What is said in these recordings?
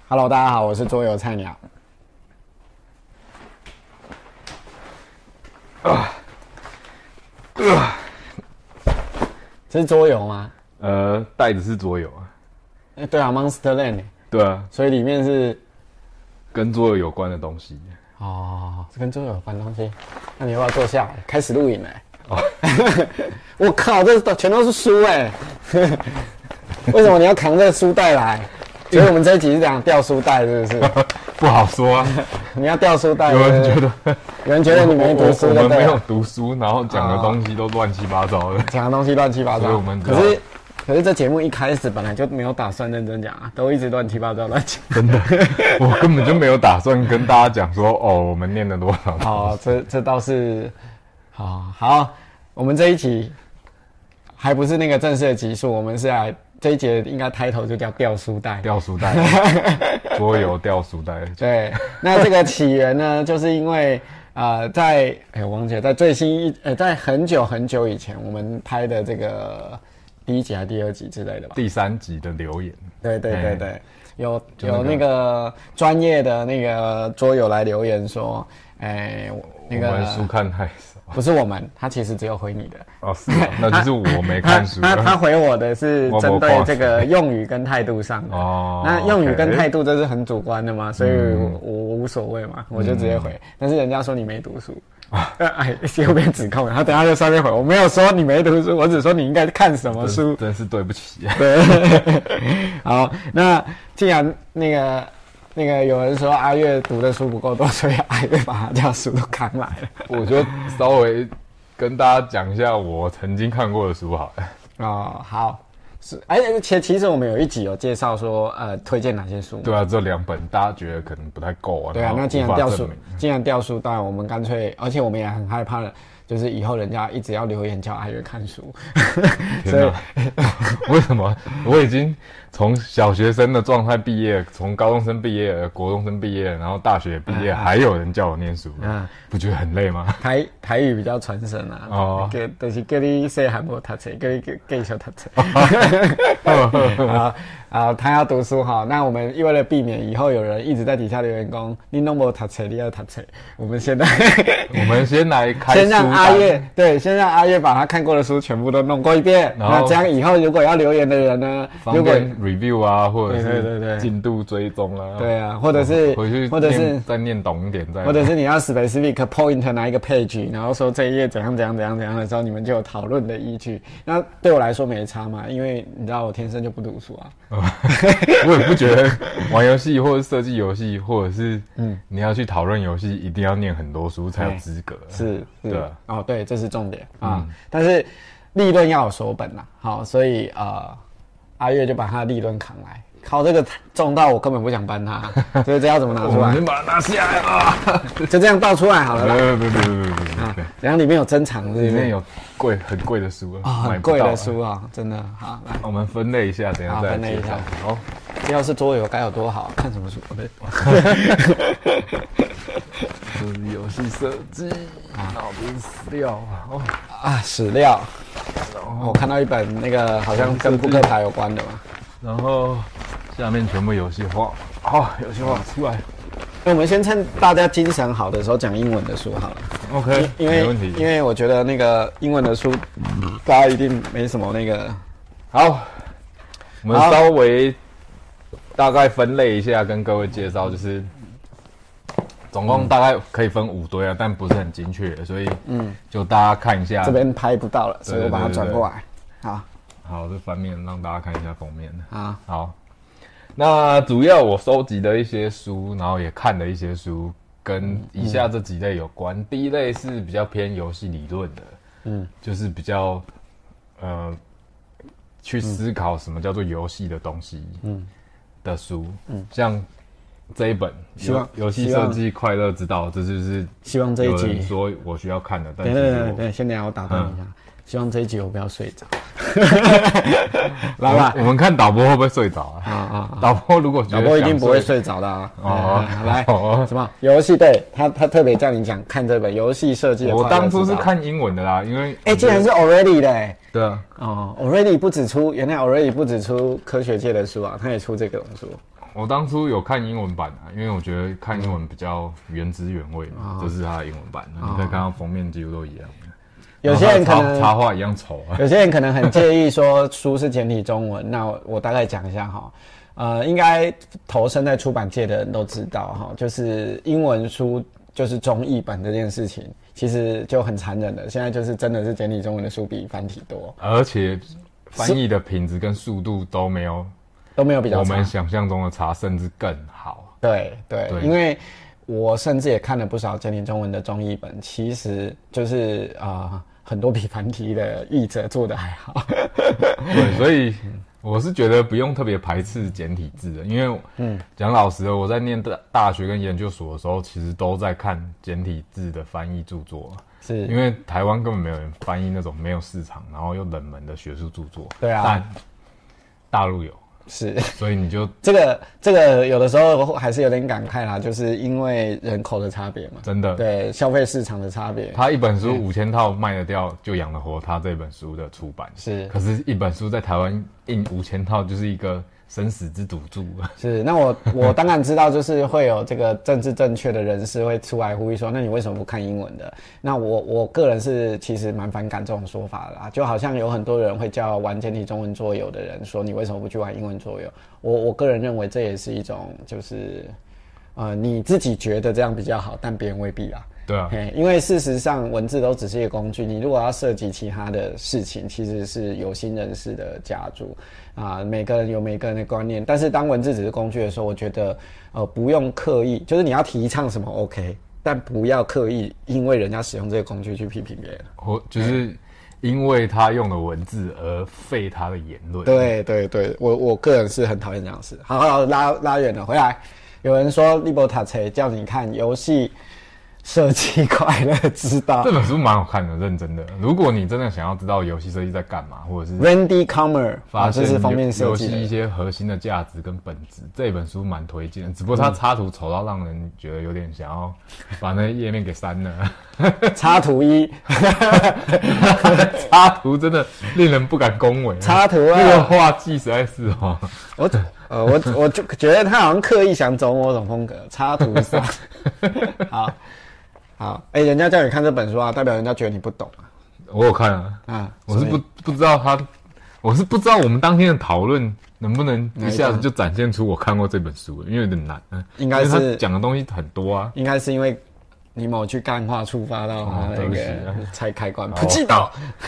Hello， 大家好，我是桌游菜鸟。这是桌游吗？ 袋子是桌游啊。 对啊 ，Monsterland。 对啊， 所以里面是跟桌游有关的东西。 哦，跟桌游有关的东西。那你要不要坐下来开始录影嘞？哦，我靠，这全都是书哎！为什么你要扛着书袋来？所以我们这一集是讲掉书袋，是不是？ 不好说啊。 你要掉书袋， 有人觉得你没读书， 我们没有读书，然后讲的东西都乱七八糟的， 讲的东西乱七八糟。 所以我们可是这节目一开始本来就没有打算认真讲啊，都一直乱七八糟乱讲。 真的，我根本就没有打算跟大家讲说我们念了多少。 好，这倒是好。我们这一集还不是那个正式的集数，我们是来这一节应该title就叫掉书袋。 掉书袋，桌游掉书袋。 对，那这个起源呢，就是因为我忘记了，在最新在很久很久以前，我们拍的这个第1集还是第2集之类的吧？ 第3集的留言。 对，有那个专业的那个桌友来留言说，那个我们书看太少。 不是我们，他其实只有回你的。 哦，是啊，那就是我没看书。 他回我的是针对这个用语跟态度上的。 哦， 那用语跟态度这是很主观的嘛，所以我无所谓嘛，我就直接回。但是人家说你没读书，又变指控了。他等下就上面回，我没有说你没读书，我只说你应该看什么书。 真是对不起。 对，好，那既然那个有人说阿月读的书不够多，所以阿月把他家书都扛来了。 我就稍微跟大家讲一下我曾经看过的书好了。 哦，好，是，其实我们有一集有介绍说，推荐哪些书。 对啊，这2本大家觉得可能不太够啊。 对啊，那既然掉书，当然我们干脆，而且我们也很害怕的。就是以后人家一直要留言叫阿月看书， 所以为什么我已经从小学生的状态毕业，从高中生毕业了，国中生毕业了，然后大学毕业，还有人叫我念书，不觉得很累吗？ 台语比较传神啊，哦，就是叫你细汉无读册，叫你继续读册。他要读书哈，那我们为了避免以后有人一直在底下留言说你都没读册，你要读册，我们先来开书， 先让阿月把他看过的书全部都弄过一遍，那这样以后如果要留言的人呢， 方便 review 啊，或者是进度追踪啊， 对啊，或者是回去再念懂一点， 或者是你要 specific point 哪一个 page， 然后说这一页怎样的时候，你们就有讨论的依据。那对我来说没差嘛，因为你知道我天生就不读书啊。 我也不觉得玩游戏或者设计游戏，或者是你要去讨论游戏，一定要念很多书才有资格。 是， 对啊， 哦，对，这是重点啊。但是立论要有手本啦，好，所以阿月就把他的立论扛来。靠，这个重到我根本不想搬它，所以这要怎么拿出来？ 我们把它拿下来啊！ 就这样倒出来好了啦。 对， 然后里面有珍藏， 里面有很贵的书啊，很贵的书啊，真的。好，来， 我们分类一下，等一下再分类一下。 好， 要是桌游该有多好，看什么书？对， 这是游戏设计，脑筋史料史料。我看到一本那个好像跟扑克牌有关的嘛。 然后下面全部游戏化，好，游戏化出来。 我们先趁大家精神好的时候讲英文的书好了。 OK， 没问题。 因为我觉得那个英文的书，大家一定没什么那个。 好，我们稍微大概分类一下，跟各位介绍，就是总共大概可以分5堆啊，但不是很精确的，所以就大家看一下。 这边拍不到了，所以我把它转过来。 好，这翻面让大家看一下封面。 好， 那主要我收集的一些书，然后也看的一些书，跟以下这几类有关。第一类是比较偏游戏理论的，就是比较去思考什么叫做游戏的东西，的书，像这一本游戏设计快乐之道，这就是希望这一集有人说我需要看的，但对，先等一下我打断一下。希望这一集我不要睡着。来吧， 我们看导播会不会睡着啊？导播如果觉得导播一定不会睡着的啊。来，什么游戏？对他特别叫你讲看这本游戏设计的。 我当初是看英文的啦，因为竟然是 Already 的。 对啊。 Already 不止出，原来 Already 不止出科学界的书啊，他也出这种书。 我当初有看英文版啊，因为我觉得看英文比较原汁原味嘛，这是它的英文版，你可以看到封面几乎都一样。 有些人可能插画一样丑啊， 有些人可能很介意说书是简体中文，那我大概讲一下哈，应该投身在出版界的人都知道哈，就是英文书就是中译本这件事情，其实就很残忍的，现在就是真的是简体中文的书比繁体多， 而且翻译的品质跟速度都没有比较差， 我们想象中的差，甚至更好。 对，因为我甚至也看了不少简体中文的中译本，其实就是很多比繁体的译者做的还好。 对，所以我是觉得不用特别排斥简体字的，因为讲老实的，我在念大学跟研究所的时候，其实都在看简体字的翻译著作， 是因为台湾根本没有人翻译那种没有市场然后又冷门的学术著作。 对啊， 但大陆有。 是， 所以你就这个有的时候还是有点感慨啦，就是因为人口的差别嘛， 真的， 对消费市场的差别。 他一本书5000套卖得掉，就养得活他这本书的出版。 是， 可是一本书在台湾印5000套，就是一个生死之赌注。 是，那我当然知道，就是会有这个政治正确的人士会出来呼吁说，那你为什么不看英文的？那我个人是其实蛮反感这种说法的啦，就好像有很多人会叫玩简体中文桌游的人说，你为什么不去玩英文桌游？我个人认为这也是一种就是你自己觉得这样比较好，但别人未必啦。 对啊， 因为事实上文字都只是一个工具，你如果要涉及其他的事情，其实是有心人士的加注啊。每个人有每个人的观念，但是当文字只是工具的时候，我觉得不用刻意，就是你要提倡什么 OK， 但不要刻意因为人家使用这个工具去批评别人， 或就是因为他用的文字而废他的言论。 对，我个人是很讨厌这样的事。好，拉远了回来，有人说利波塔切叫你看游戏设计快乐之道， 这本书蛮好看的，认真的。如果你真的想要知道游戏设计在干嘛，或者是 Randy Comer 发现这是封面设计游戏一些核心的价值跟本质，这本书蛮推荐的。只不过它插图丑到让人觉得有点想要把那页面给删了。 插图一， 插图真的令人不敢恭维。 插图那个画技实在是我就觉得他好像刻意想走某种风格。插图上，好，人家叫你看这本书啊，代表人家觉得你不懂啊。 我有看啊，我是不知道我是不知道我们当天的讨论能不能一下子就展现出我看过这本书，因为有点难。 应该是他讲的东西很多啊， 应该是因为你某去干话触发到他那个拆开关，不记得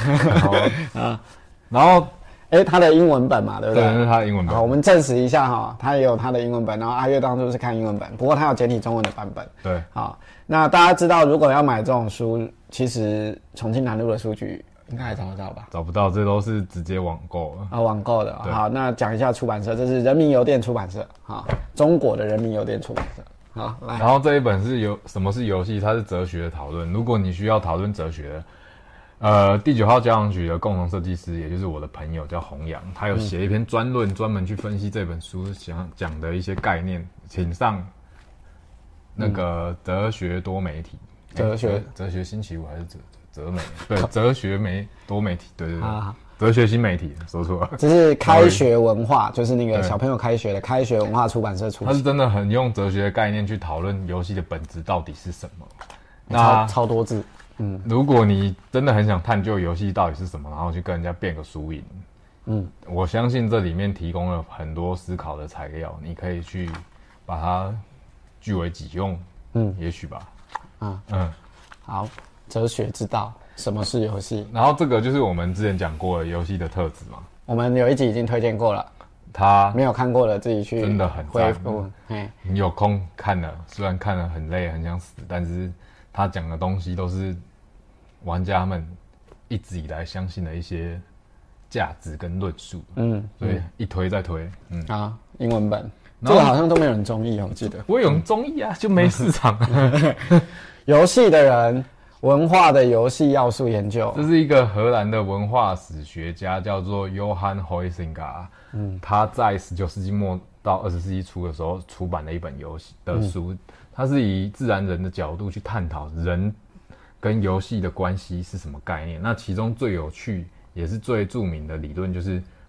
然后他的英文本嘛，对不对？ 对，那是他的英文本。 好，我们证实一下哈，他也有他的英文本，然后阿月当初是看英文本，不过他有简体中文的版本。 对， 好，那大家知道，如果要买这种书，其实重庆南路的书局应该还找得到吧？ 找不到，这都是直接网购网购的。好，那讲一下出版社，这是人民邮电出版社，中国的人民邮电出版社。好，来。 然后这一本是什么是游戏？它是哲学的讨论。如果你需要讨论哲学的，第9号交响曲的共同设计师，也就是我的朋友叫洪洋，他有写一篇专论，专门去分析这本书想讲的一些概念，请上那个哲学多媒体，哲学星期五还是哲媒？对，哲学多媒体，对，哲学新媒体，说错了。 这是开学文化，就是那个小朋友开学的开学文化出版社出。 他是真的很用哲学的概念去讨论游戏的本质到底是什么。 那超多字。 如果你真的很想探究游戏到底是什么，然后去跟人家辩个输赢，我相信这里面提供了很多思考的材料，你可以去把它据为己用，也许吧。 好，哲学之道，什么是游戏？ 然后这个就是我们之前讲过的游戏的特质嘛。 我们有一集已经推荐过了，他没有看过的自己去真的很恢复。 你有空看了，虽然看了很累很想死，但是他讲的东西都是玩家们一直以来相信的一些价值跟论述，所以一推再推， 英文本这个好像都没有人中译，我记得我有人中译啊，就没市场。 游戏的人，文化的游戏要素研究， 这是一个荷兰的文化史学家，叫做 Johan Huizinga，他在19世纪末到20世纪初的时候出版了一本游戏的书，他是以自然人的角度去探讨人跟游戏的关系是什么概念。那其中最有趣也是最著名的理论就是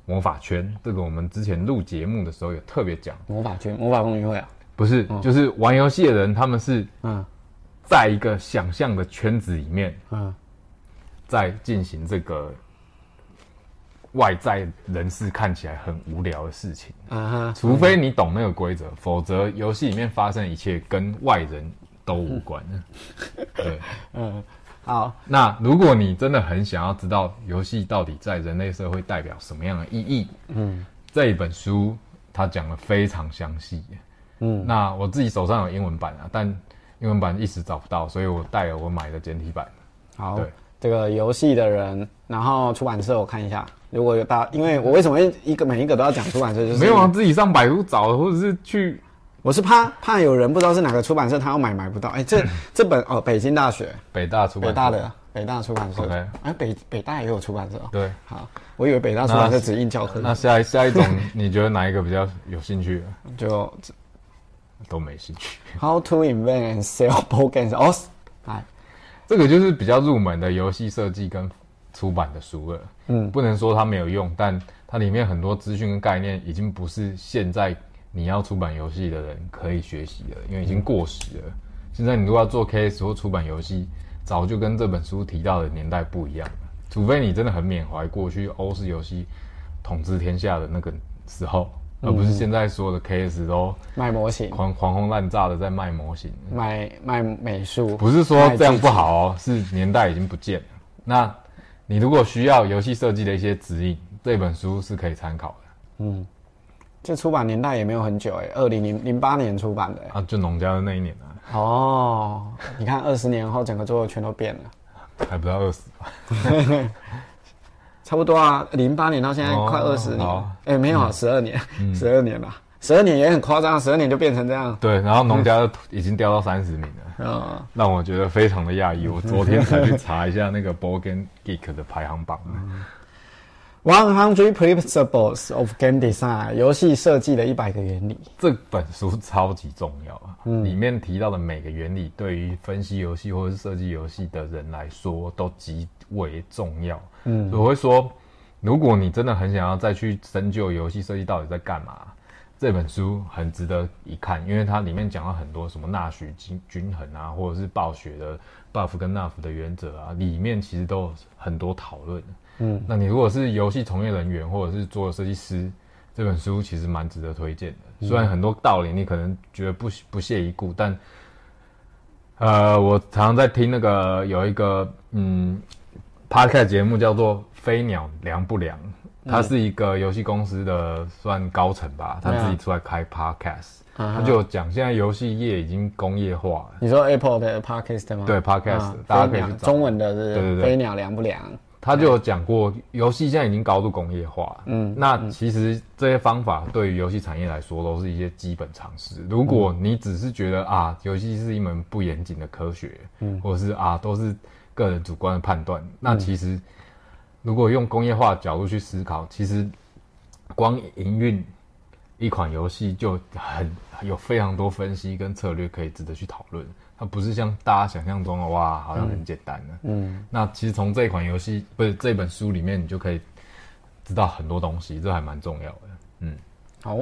魔法圈，这个我们之前录节目的时候有特别讲。 魔法圈、魔法公园会啊？ 不是，就是玩游戏的人，他们是在一个想象的圈子里面，在进行这个外在人士看起来很无聊的事情。除非你懂那个规则，否则游戏里面发生的一切跟外人都无关。对， 好。 那如果你真的很想要知道游戏到底在人类社会代表什么样的意义，这一本书它讲得非常详细。那我自己手上有英文版啊，但英文版一时找不到，所以我带了我买的简体版。 好， 对， 这个游戏的人，然后出版社我看一下，如果有因为我为什么每一个都要讲出版社，就是没有啊，自己上百度找，或者是去。 我是怕有人不知道是哪个出版社，他要买不到。这本北京大学北大出版社， 北大出版社。 OK， 北大也有出版社。 对， 好，我以为北大出版社只印教科。 那下一种，你觉得哪一个比较有兴趣？ 就都没兴趣。 How to invent and sell board games？ 这个就是比较入门的游戏设计跟出版的书了。不能说它没有用，但它里面很多资讯跟概念已经不是现在你要出版游戏的人可以学习的，因为已经过时了。现在你如果要做 KS 或出版游戏，早就跟这本书提到的年代不一样了。除非你真的很缅怀过去欧式游戏统治天下的那个时候，而不是现在所有的 KS 都卖模型， 狂轰滥炸的在卖模型， 卖美术。不是说这样不好哦，是年代已经不见了。那你如果需要游戏设计的一些指引，这本书是可以参考的。 这出版年代也没有很久2008年出版的就农家的那一年啊。 哦，你看20年后整个桌游全都变了， 还不到20吧？ 差不多啊，08年到现在快20年，没有啊，12年，12年了，12年也很夸张，12年就变成这样。 对，然后农家已经掉到30名了，让我觉得非常的讶异。我昨天才去查一下那个 Board Game Geek 的排行榜。 100 Principles of Game Design 游戏设计的100个原理， 这本书超级重要啊！里面提到的每个原理，对于分析游戏或者是设计游戏的人来说，都极为重要。所以我会说，如果你真的很想要再去深究游戏设计到底在干嘛，这本书很值得一看，因为它里面讲了很多什么纳许均衡啊，或者是暴雪的 buff 跟 nerf 的原则啊，里面其实都有很多讨论。那你如果是游戏从业人员或者是做设计师，这本书其实蛮值得推荐的。虽然很多道理你可能觉得不屑一顾，但我常常在听那个有一个podcast 节目叫做《飞鸟良不良》，他是一个游戏公司的算高层吧，他自己出来开 podcast，他就讲现在游戏业已经工业化了。 你说 Apple 的 podcast 吗？ 对 podcast，大家可以去找中文的是飞鸟良不良。 他就有讲过，游戏现在已经高度工业化了。那其实这些方法对于游戏产业来说都是一些基本常识。如果你只是觉得游戏是一门不严谨的科学，或者是都是个人主观的判断，那其实如果用工业化的角度去思考，其实光营运一款游戏就有非常多分析跟策略可以值得去讨论。它不是像大家想象中的哇，好像很简单的。那其实从这款游戏不是这本书里面，你就可以知道很多东西，这还蛮重要的。 好，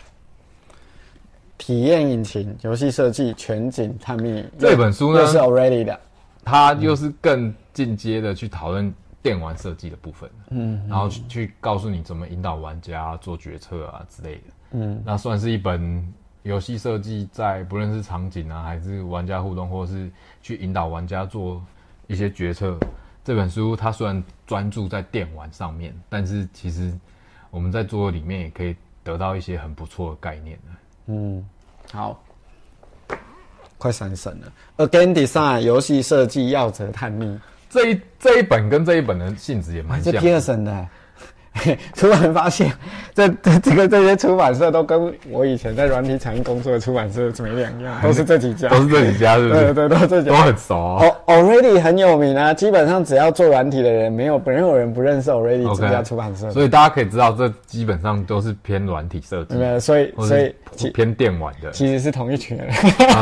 体验引擎、游戏设计、全景探秘这本书呢又是 Already 的， 它又是更进阶的去讨论电玩设计的部分。然后去告诉你怎么引导玩家做决策啊之类的。那算是一本游戏设计在不论是场景啊，还是玩家互动，或是去引导玩家做一些决策。这本书它虽然专注在电玩上面，但是其实我们在桌游里面也可以得到一些很不错的概念。 好，快闪神了。A Game Design 游戏设计要则探秘， 这一本跟这一本的性质也蛮像的。 这 Pearson 的。突然发现，这些出版社都跟我以前在软体产业工作的出版社没两样，都是这几家， 是不是？ 对，都是这几家， 都很熟哦。 Already 很有名啊，基本上只要做软体的人，没有人不认识 Already 这家出版社。 所以大家可以知道，这基本上都是偏软体设计， 所以偏电玩的， 其实是同一群人。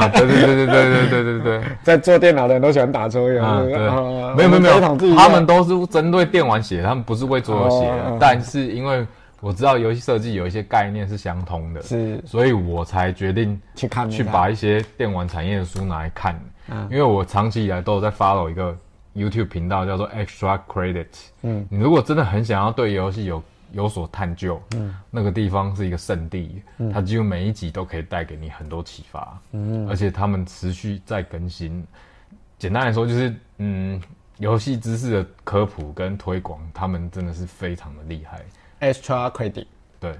对， 在做电脑的人都喜欢打桌游。 没有，他们都是针对电玩写的，他们不是为桌游写的。但是因为我知道游戏设计有一些概念是相通的， 是， 所以我才决定去把一些电玩产业的书拿来看。因为我长期以来都有在 follow 一个 YouTube 频道叫做 Extra Credit。你如果真的很想要对游戏有所探究，那个地方是一个圣地，它几乎每一集都可以带给你很多启发，而且他们持续在更新。简单来说就是，游戏知识的科普跟推广，他们真的是非常的厉害。 Extra Credit， 对，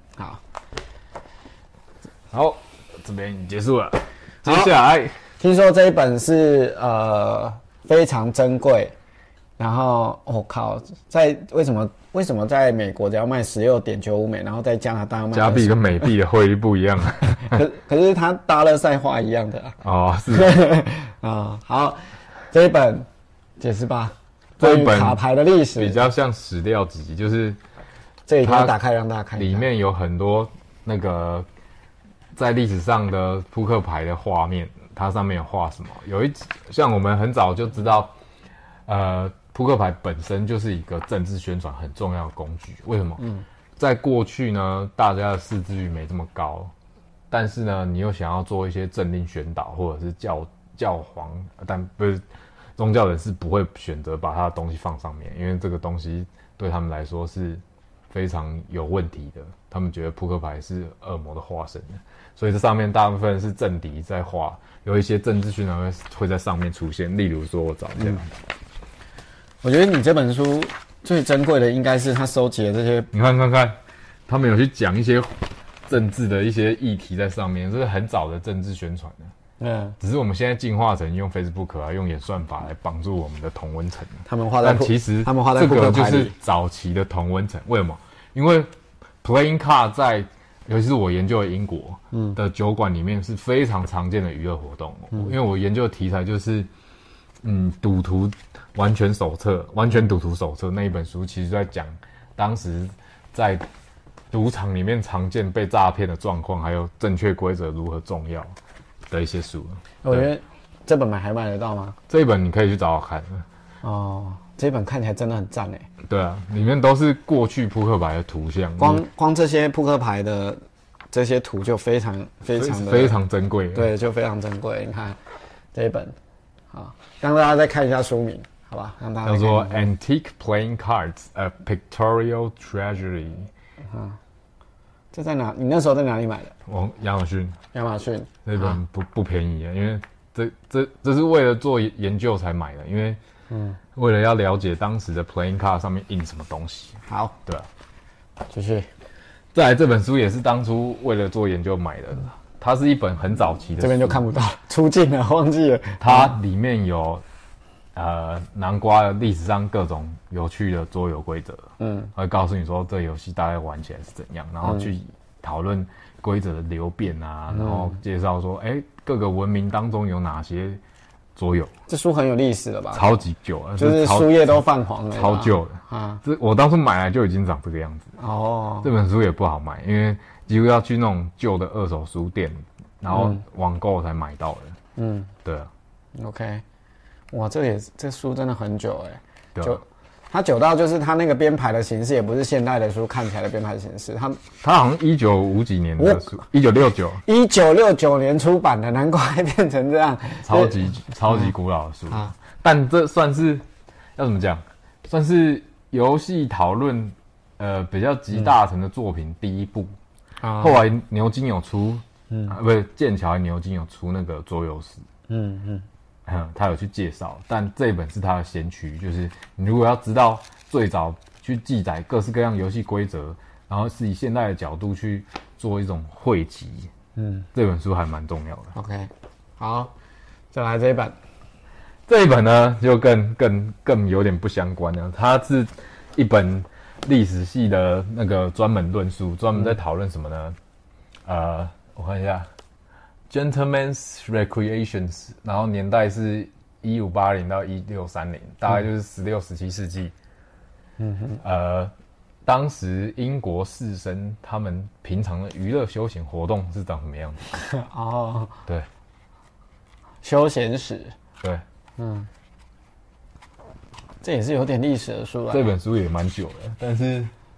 好， 这边已经结束了。接下来听说这一本是非常珍贵，然后我靠，为什么在美国只要卖$16.95，然后在加拿大卖加币跟美币的汇率不一样， 可是它搭了赛画一样的哦，是好，这一本解释吧。 这一本卡牌的历史比较像史料集，就是这一定要打开让大家看一下， 里面有很多那个在历史上的扑克牌的画面，它上面有画什么？像我们很早就知道，扑克牌本身就是一个政治宣传很重要的工具。为什么？在过去呢，大家的识字率没这么高，但是呢，你又想要做一些政令宣导，或者是教皇，但不是宗教人士不会选择把他的东西放上面，因为这个东西对他们来说是非常有问题的。他们觉得扑克牌是恶魔的化身，所以这上面大部分是政敌在画，有一些政治宣传会在上面出现。例如说，我找一下。 我觉得你这本书最珍贵的应该是他收集的这些， 你看，他们有去讲一些政治的一些议题在上面，这是很早的政治宣传的。只是我们现在进化成用 Facebook 啊，用演算法来帮助我们的同温层。但其实他们画在这个就是早期的同温层。为什么？因为 Playing Card 尤其是我研究的英国的酒馆里面是非常常见的娱乐活动。因为我研究的题材就是赌徒完全赌徒手册那一本书，其实在讲当时在赌场里面常见被诈骗的状况，还有正确规则如何重要的一些书。 我觉得这本还买得到吗？ 这一本你可以去找找看。 这本看起来真的很赞诶。 对啊，里面都是过去扑克牌的图像， 光这些扑克牌的这些图就非常珍贵。 对，就非常珍贵。你看这一本，好，让大家再看一下书名，好吧？让大家叫做《Antique Playing Cards: A Pictorial Treasury》。 这在哪？你那时候在哪里买的？ 亚马逊。这本不便宜啊，因为这是为了做研究才买的，因为为了要了解当时的 Playing Card 上面印什么东西。 好， 对啊， 继续。 再来这本书也是当初为了做研究买的，它是一本很早期的书， 这边就看不到了，出镜了，忘记了。 它里面有南瓜的历史上各种有趣的桌游规则，会告诉你说这游戏大概玩起来是怎样，然后去讨论规则的流变啊，然后介绍说，各个文明当中有哪些桌游。 这书很有历史了吧？ 超级久了， 就是书页都泛黄了， 超旧的。这我当初买来就已经长这个样子。这本书也不好买，因为几乎要去那种旧的二手书店，然后网购才买到的。对啊。 OK， 哇，这书真的很久哎。 对啊。 它久到就是它那个编排的形式也不是现代的书看起来的编排形式，它好像1950几年的书 ，1969年出版的，难怪变成这样， 超级古老的书啊！但这算是要怎么讲？算是游戏讨论比较集大成的作品第一部。后来牛津有出，不是剑桥和牛津有出那个桌游史。他有去介绍，但这一本是他的先驱，就是你如果要知道最早去记载各式各样游戏规则，然后是以现代的角度去做一种汇集，这本书还蛮重要的。 OK， 好，再来这一本， 这一本呢就更有点不相关了，它是一本历史系的那个专门论述，专门在讨论什么呢？我看一下。Gentlemen's Recreations， 然后年代是1580到1630，大概就是16、17世纪。当时英国士绅他们平常的娱乐休闲活动是长什么样子？对， 休闲史。 对， 这也是有点历史的书啊。 这本书也蛮久的，但是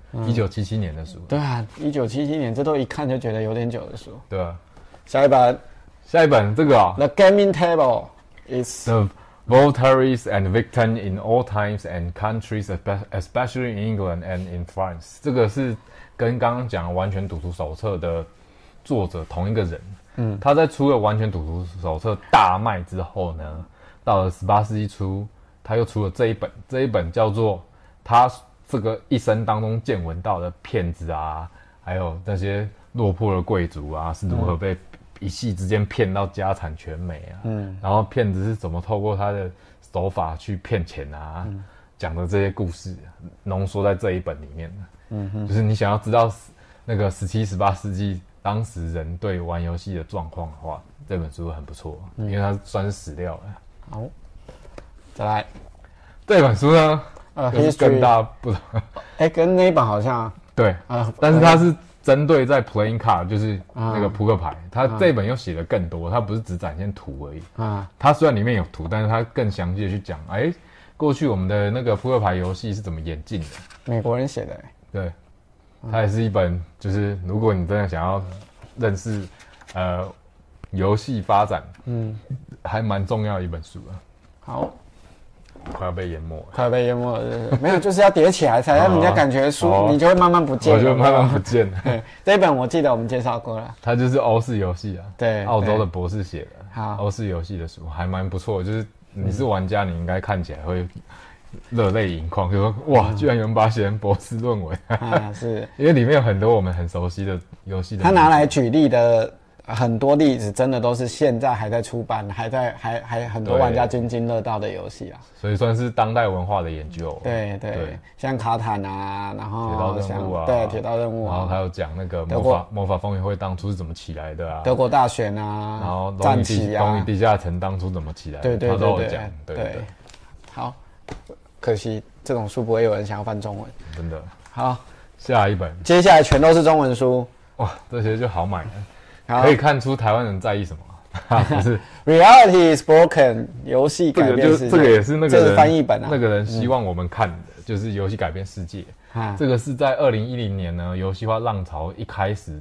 1977年的书。 对啊，1977年，这都一看就觉得有点久的书。 对啊， 下一本这个啊 The Gaming Table is The Votaries and Victims in all times and countries, especially in England and in France。这个是跟刚刚讲完全赌徒手册的作者同一个人。他在出了完全赌徒手册大卖之后呢，到了18世纪初，他又出了这一本叫做他这个一生当中见闻到的骗子啊，还有那些落魄的贵族啊，是如何被一夕之间骗到家产全没啊，然后骗子是怎么透过他的手法去骗钱啊，讲的这些故事浓缩在这一本里面就是你想要知道那个17、18世纪当时人对玩游戏的状况的话，这本书很不错，因为它算是史料了。 好，再来这本书呢，就是更大不同。 跟那一本好像对但是它是针对在 playing card， 就是那个扑克牌，它这本又写的更多，它不是只展现图而已它虽然里面有图，但是它更详细的去讲，过去我们的那个扑克牌游戏是怎么演进的。 美国人写的对。它也是一本，就是如果你真的想要认识游戏发展，还蛮重要的一本书啊。 好， 快要被淹没了， 快要被淹没了，没有，就是要叠起来才让人家感觉书，你就会慢慢不见了， 我就慢慢不见了。 对，这一本我记得我们介绍过了， 它就是欧式游戏啊， 对， 澳洲的博士写的， 好， 欧式游戏的书还蛮不错，就是你是玩家，你应该看起来会热泪盈眶，就说哇，居然有人把它写成博士论文是因为里面有很多我们很熟悉的游戏的， 他拿来举例的很多例子，真的都是现在还在出版，还很多玩家津津乐道的游戏啊， 所以算是当代文化的研究。 对，像卡坦啊，然后铁道任务啊， 对，铁道任务啊， 然后还有讲那个魔法风云会当初是怎么起来的啊， 德国大选啊， 然后战旗啊， 龙与地下城当初怎么起来的， 对， 他都有讲。对， 好，可惜这种书不会有人想要翻中文， 真的。 好， 下一本， 接下来全都是中文书， 哇，这些就好买了，可以看出台湾人在意什么。不是 Reality is broken， 游戏改变世界， 这个也是那个人， 这是翻译本啊。 那个人希望我们看的，就是游戏改变世界。这个是在2010年呢，游戏化浪潮一开始，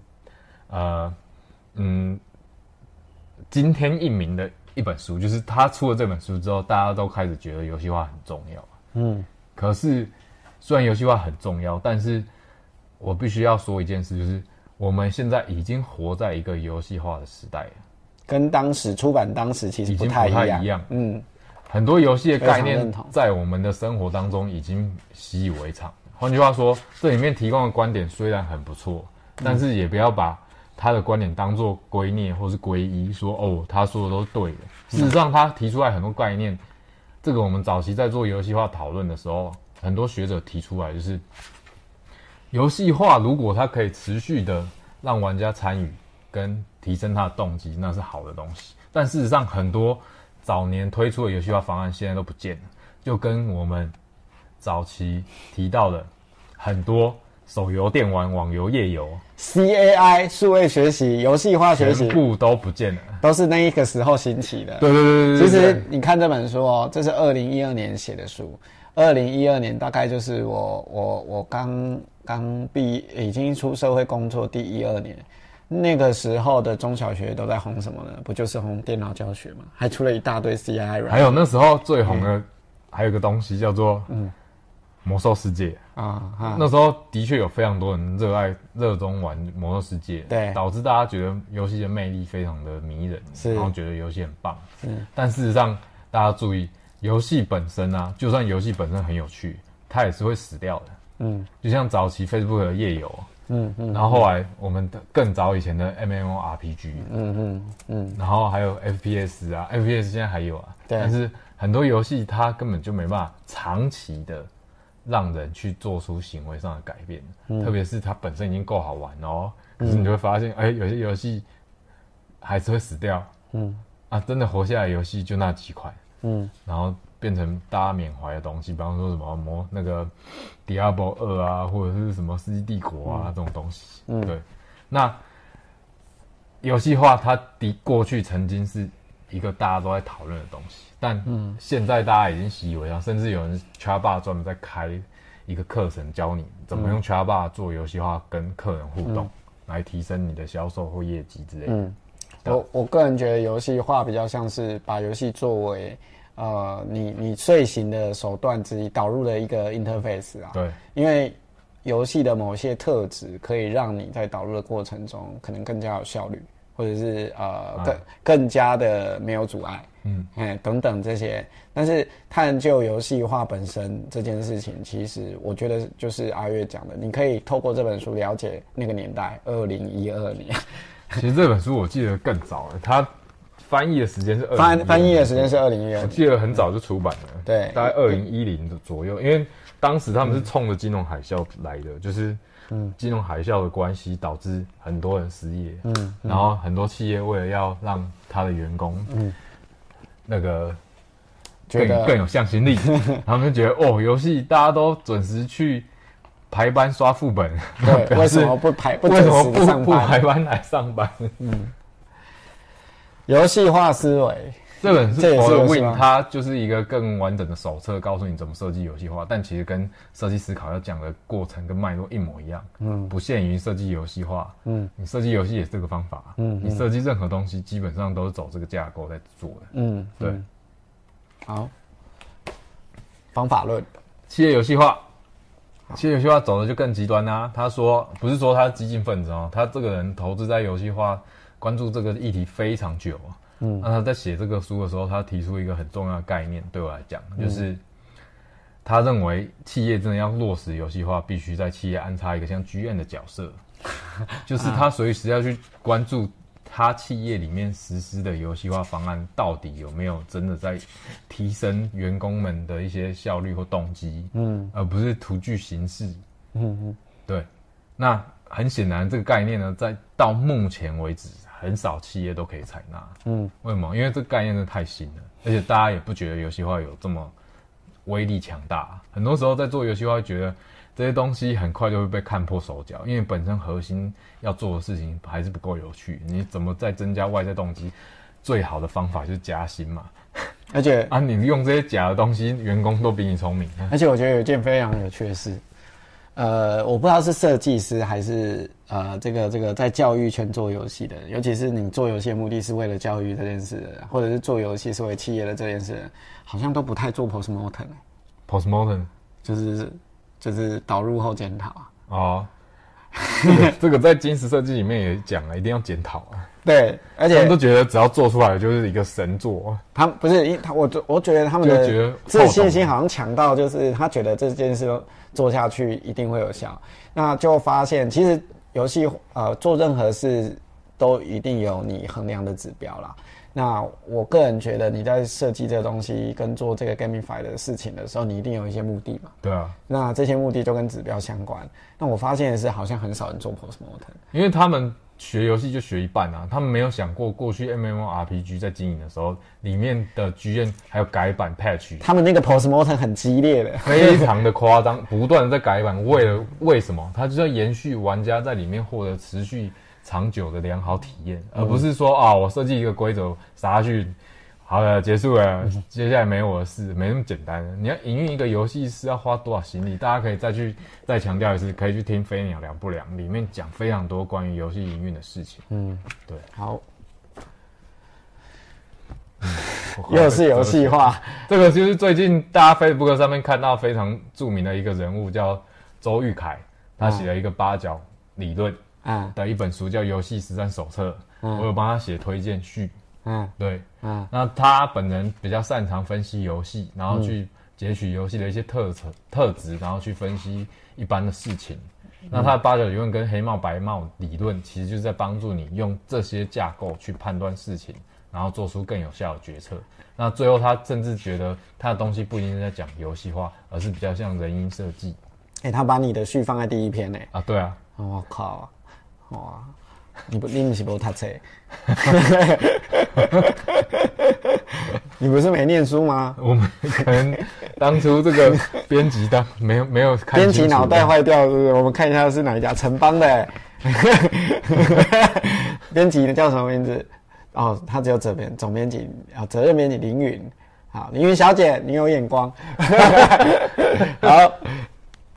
惊天一鸣的一本书，就是他出了这本书之后，大家都开始觉得游戏化很重要。可是虽然游戏化很重要，但是我必须要说一件事，就是我们现在已经活在一个游戏化的时代了， 跟当时出版当时其实不太一样。 很多游戏的概念在我们的生活当中已经习以为常。换句话说，这里面提供的观点虽然很不错，但是也不要把他的观点当作圭臬或是皈依，说他说的都是对的。事实上，他提出来很多概念，这个我们早期在做游戏化讨论的时候，很多学者提出来，就是游戏化如果它可以持续的让玩家参与跟提升他的动机，那是好的东西。但事实上，很多早年推出的游戏化方案现在都不见了，就跟我们早期提到的很多手游、电玩、网游、页游 CAI 数位学习、游戏化学习全部都不见了， 都是那一个时候兴起的。 对。 其实你看这本书这是2012年写的书，2012年大概就是我刚毕业，已经出社会工作第1-2年。那个时候的中小学都在红什么呢？不就是红电脑教学吗？还出了一大堆 CI。 还有那时候最红的还有一个东西叫做魔兽世界那时候的确有非常多人热衷玩魔兽世界， 对， 导致大家觉得游戏的魅力非常的迷人，然后觉得游戏很棒。但事实上，大家注意，游戏本身就算游戏本身很有趣，它也是会死掉的。就像早期 Facebook 的页游。然后后来我们更早以前的 MMORPG，然后还有 FPS 现在还有但是很多游戏它根本就没办法长期的让人去做出行为上的改变，特别是它本身已经够好玩可是你就会发现，有些游戏还是会死掉，真的活下来的游戏就那几款，然后变成大家缅怀的东西，比方说什么那个 Diablo 2或者是什么世纪帝国这种东西。对。那游戏化它过去曾经是一个大家都在讨论的东西，但现在大家已经习以为常，甚至有人 Xbox 专门在开一个课程教你怎么用 Chatbot 做游戏化跟客人互动，来提升你的销售或业绩之类的。 我个人觉得游戏化比较像是把游戏作为你睡醒的手段之一，导入的一个 interface 啊。 对， 因为游戏的某些特质可以让你在导入的过程中可能更加有效率，或者是更加的没有阻碍，等等这些。但是探究游戏化本身这件事情，其实我觉得就是阿月讲的，你可以透过这本书了解那个年代，2012年。 其实这本书我记得更早了，它翻译的时间是翻译的时间是2012年， 我记得很早就出版了， 对， 大概2010的左右，因为当时他们是冲着金融海啸来的，就是金融海啸的关系导致很多人失业，然后很多企业为了要让他的员工，那个更有向心力，他们就觉得游戏大家都准时去排班刷副本， 对，为什么不准时上班？ 不排班来上班？ 游戏化思维， 这本是 For the Win， 它就是一个更完整的手册，告诉你怎么设计游戏化，但其实跟设计思考要讲的过程跟脉络一模一样，不限于设计游戏化，你设计游戏也是这个方法，你设计任何东西基本上都是走这个架构在做的，对， 好，方法论， 企业游戏化。企业游戏化走的就更极端啊！他说，不是说他是激进分子哦，他这个人投资在游戏化，关注这个议题非常久。那他在写这个书的时候，他提出一个很重要的概念，对我来讲，就是他认为企业真的要落实游戏化，必须在企业安插一个像 GM 的角色，就是他随时要去关注他企业里面实施的游戏化方案到底有没有真的在提升员工们的一些效率或动机，而不是图具形式，对。那很显然，这个概念呢，到目前为止，很少企业都可以采纳，为什么？因为这个概念真的太新了，而且大家也不觉得游戏化有这么威力强大。很多时候在做游戏化，觉得这些东西很快就会被看破手脚，因为本身核心要做的事情还是不够有趣。你怎么再增加外在动机？最好的方法就是加薪嘛。 而且你用这些假的东西，员工都比你聪明。 而且我觉得有一件非常有趣的事，我不知道是设计师还是这个在教育圈做游戏的，尤其是你做游戏的目的是为了教育这件事的，或者是做游戏是为企业的这件事，好像都不太做 postmortem。postmortem 就是导入后检讨啊。 这个在精实设计里面也讲了，一定要检讨啊。 对，而且他们都觉得只要做出来就是一个神作。 他不是，我觉得他们的自信心好像强到，就是他觉得这件事做下去一定会有效。那就发现其实游戏做任何事都一定有你衡量的指标啦。那我个人觉得你在设计这个东西跟做这个 gamify 的事情的时候，你一定有一些目的嘛。 对啊。 那这些目的就跟指标相关。那我发现的是，好像很少人做 postmortem， 因为他们学游戏就学一半啊，他们没有想过过去 MMORPG 在经营的时候，里面的剧院还有改版 patch， 他们那个 postmortem 很激烈的， 非常的夸张，不断的在改版。为什么？他就是要延续玩家在里面获得持续长久的良好体验，而不是说我设计一个规则撒下去，好了结束了，接下来没我的事，没那么简单。你要营运一个游戏是要花多少心力？大家可以再强调一次，可以去听《飞鸟良不良》，里面讲非常多关于游戏营运的事情。对， 好，又是游戏化。 这个就是最近大家 Facebook 上面看到非常著名的一个人物，叫周玉凯，他写了一个8角理论的一本书，叫《游戏实战手册》。我有帮他写推荐序。对，那他本人比较擅长分析游戏，然后去截取游戏的一些特质，然后去分析一般的事情。那他的8角理论跟黑帽白帽理论，其实就是在帮助你用这些架构去判断事情，然后做出更有效的决策。那最后他甚至觉得他的东西不一定是在讲游戏化，而是比较像人因设计。 他把你的序放在第一篇对啊。 我靠，哇！你不是没读册？你不是没念书吗？ 我们可能当初这个编辑没有看清楚， 编辑脑袋坏掉是不是？我们看一下是哪一家城邦的编辑叫什么名字？他只有总编辑责任编辑凌云。好，凌云小姐，你有眼光。好，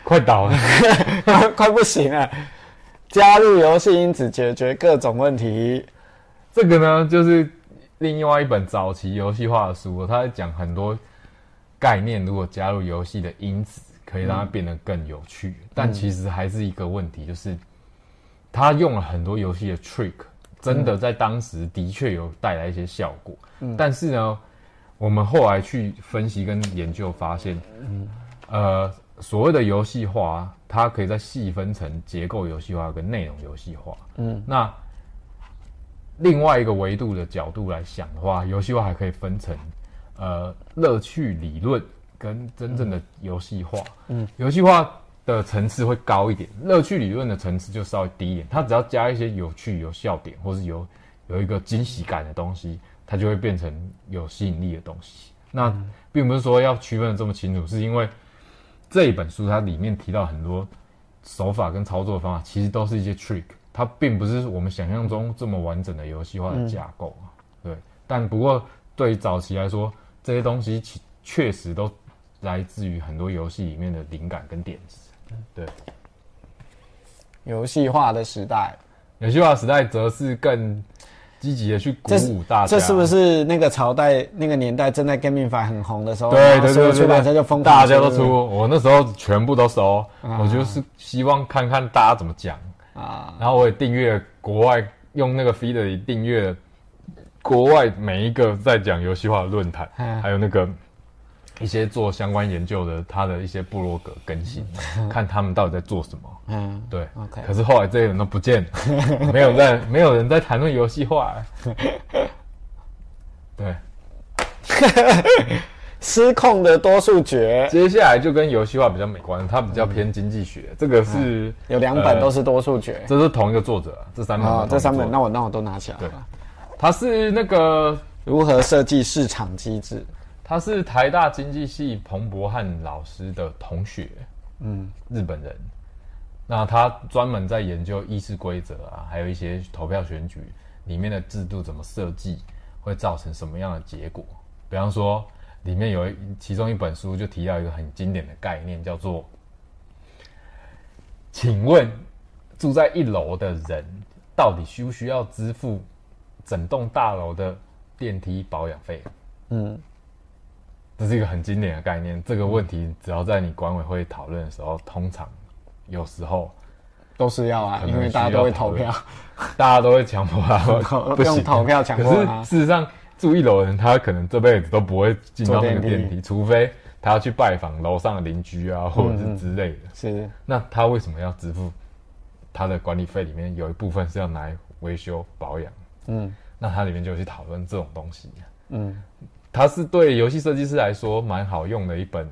快倒了， 快不行了。加入游戏因子解决各种问题。 这个呢，就是另外一本早期游戏化的书，它在讲很多概念，如果加入游戏的因子，可以让它变得更有趣。但其实还是一个问题，就是他用了很多游戏的 trick， 真的在当时的确有带来一些效果。但是呢，我们后来去分析跟研究发现，所谓的游戏化，它可以再细分成结构游戏化跟内容游戏化。那另外一个维度的角度来想的话，游戏化还可以分成乐趣理论跟真正的游戏化。游戏化的层次会高一点，乐趣理论的层次就稍微低一点。它只要加一些有趣、有笑点，或是有一个惊喜感的东西，它就会变成有吸引力的东西。那并不是说要区分的这么清楚，是因为这一本书它里面提到很多手法跟操作的方法，其实都是一些 trick。它并不是我们想象中这么完整的游戏化的架构。对。但不过对于早期来说，这些东西确实都来自于很多游戏里面的灵感跟点子。对。 游戏化的时代， 游戏化的时代则是更积极的去鼓舞大家。 这是不是那个朝代、那个年代正在 GameFi 很红的时候？ 对， 出版社就疯狂， 大家都出。我那时候全部都收，我就是希望看看大家怎么讲。然后我也订阅国外，用那个 feed 里订阅国外每一个在讲游戏化的论坛，还有那个一些做相关研究的他的一些部落格更新，看他们到底在做什么。对。可是后来这些人都不见了，没有人在谈论游戏化。对。 失控的多数决， 接下来就跟游戏化比较没关，它比较偏经济学。这个是有2本都是多数决， 这是同一个作者，这3本。 这3本，那我都拿起来了。 他是那个如何设计市场机制？ 他是台大经济系彭博翰老师的同学，日本人。那他专门在研究议事规则啊，还有一些投票选举里面的制度怎么设计，会造成什么样的结果。比方说，里面其中一本书就提到一个很经典的概念，叫做请问住在1楼的人到底需不需要支付整栋大楼的电梯保养费？这是一个很经典的概念。这个问题只要在你管委会讨论的时候，通常有时候都是要啊，因为大家都会投票， 大家都会强迫他用投票强迫他。 可是事实上，住1楼的人，他可能这辈子都不会进到那个电梯，除非他要去拜访楼上的邻居啊，或者是之类的。 是。 那他为什么要支付他的管理费？里面有一部分是要拿来维修保养。那他里面就去讨论这种东西。它是对游戏设计师来说蛮好用的一本，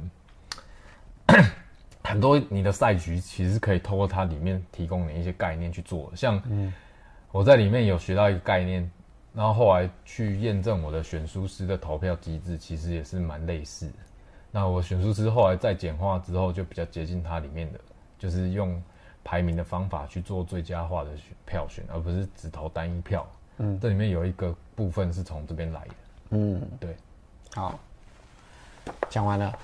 很多你的赛局其实可以透过它里面提供你一些概念去做。像我在里面有学到一个概念。然后后来去验证我的选书师的投票机制，其实也是蛮类似的。那我选书师后来再简化之后，就比较接近它里面的，就是用排名的方法去做最佳化的票选，而不是只投单一票。这里面有一个部分是从这边来的。对。 好，讲完了。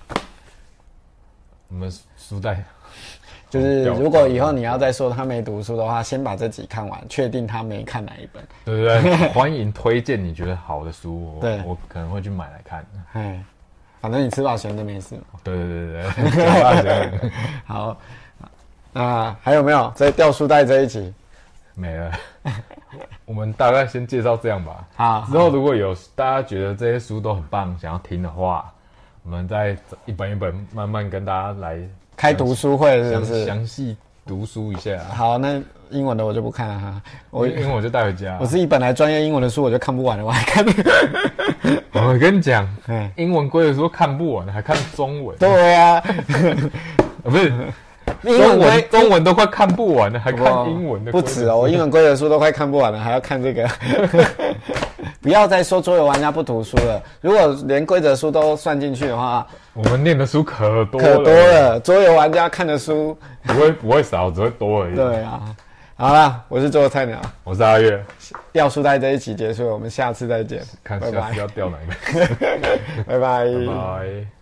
我们书袋。 就是如果以后你要再说他没读书的话，先把这集看完，确定他没看哪一本。 对不对？欢迎推荐你觉得好的书，我可能会去买来看。 反正你吃饱闲着没事嘛。 对。 好，那还有没有在掉书袋这一集？ 没了。我们大概先介绍这样吧。 好， 之后如果有大家觉得这些书都很棒，想要听的话，我们再一本一本慢慢跟大家来。 开读书会是不是？ 详细读书一下。 好，那英文的我就不看了哈。 英文我就带回家。 我自己本来专业英文的书我就看不完了，我还看。 我跟你讲，英文规则书看不完，还看中文。 对啊， 不是，中文都快看不完了，还看英文的。 不止哦，我英文规则书都快看不完了，还要看这个。不要再说桌游玩家不读书了，如果连规则书都算进去的话， 我们念的书可多了。桌游玩家看的书不会少，只会多而已。 对啊，好啦，我是桌游菜鸟， 我是阿月。 掉书袋这一期结束了，我们下次再见。 看下次要掉哪一个。 拜拜。 拜拜。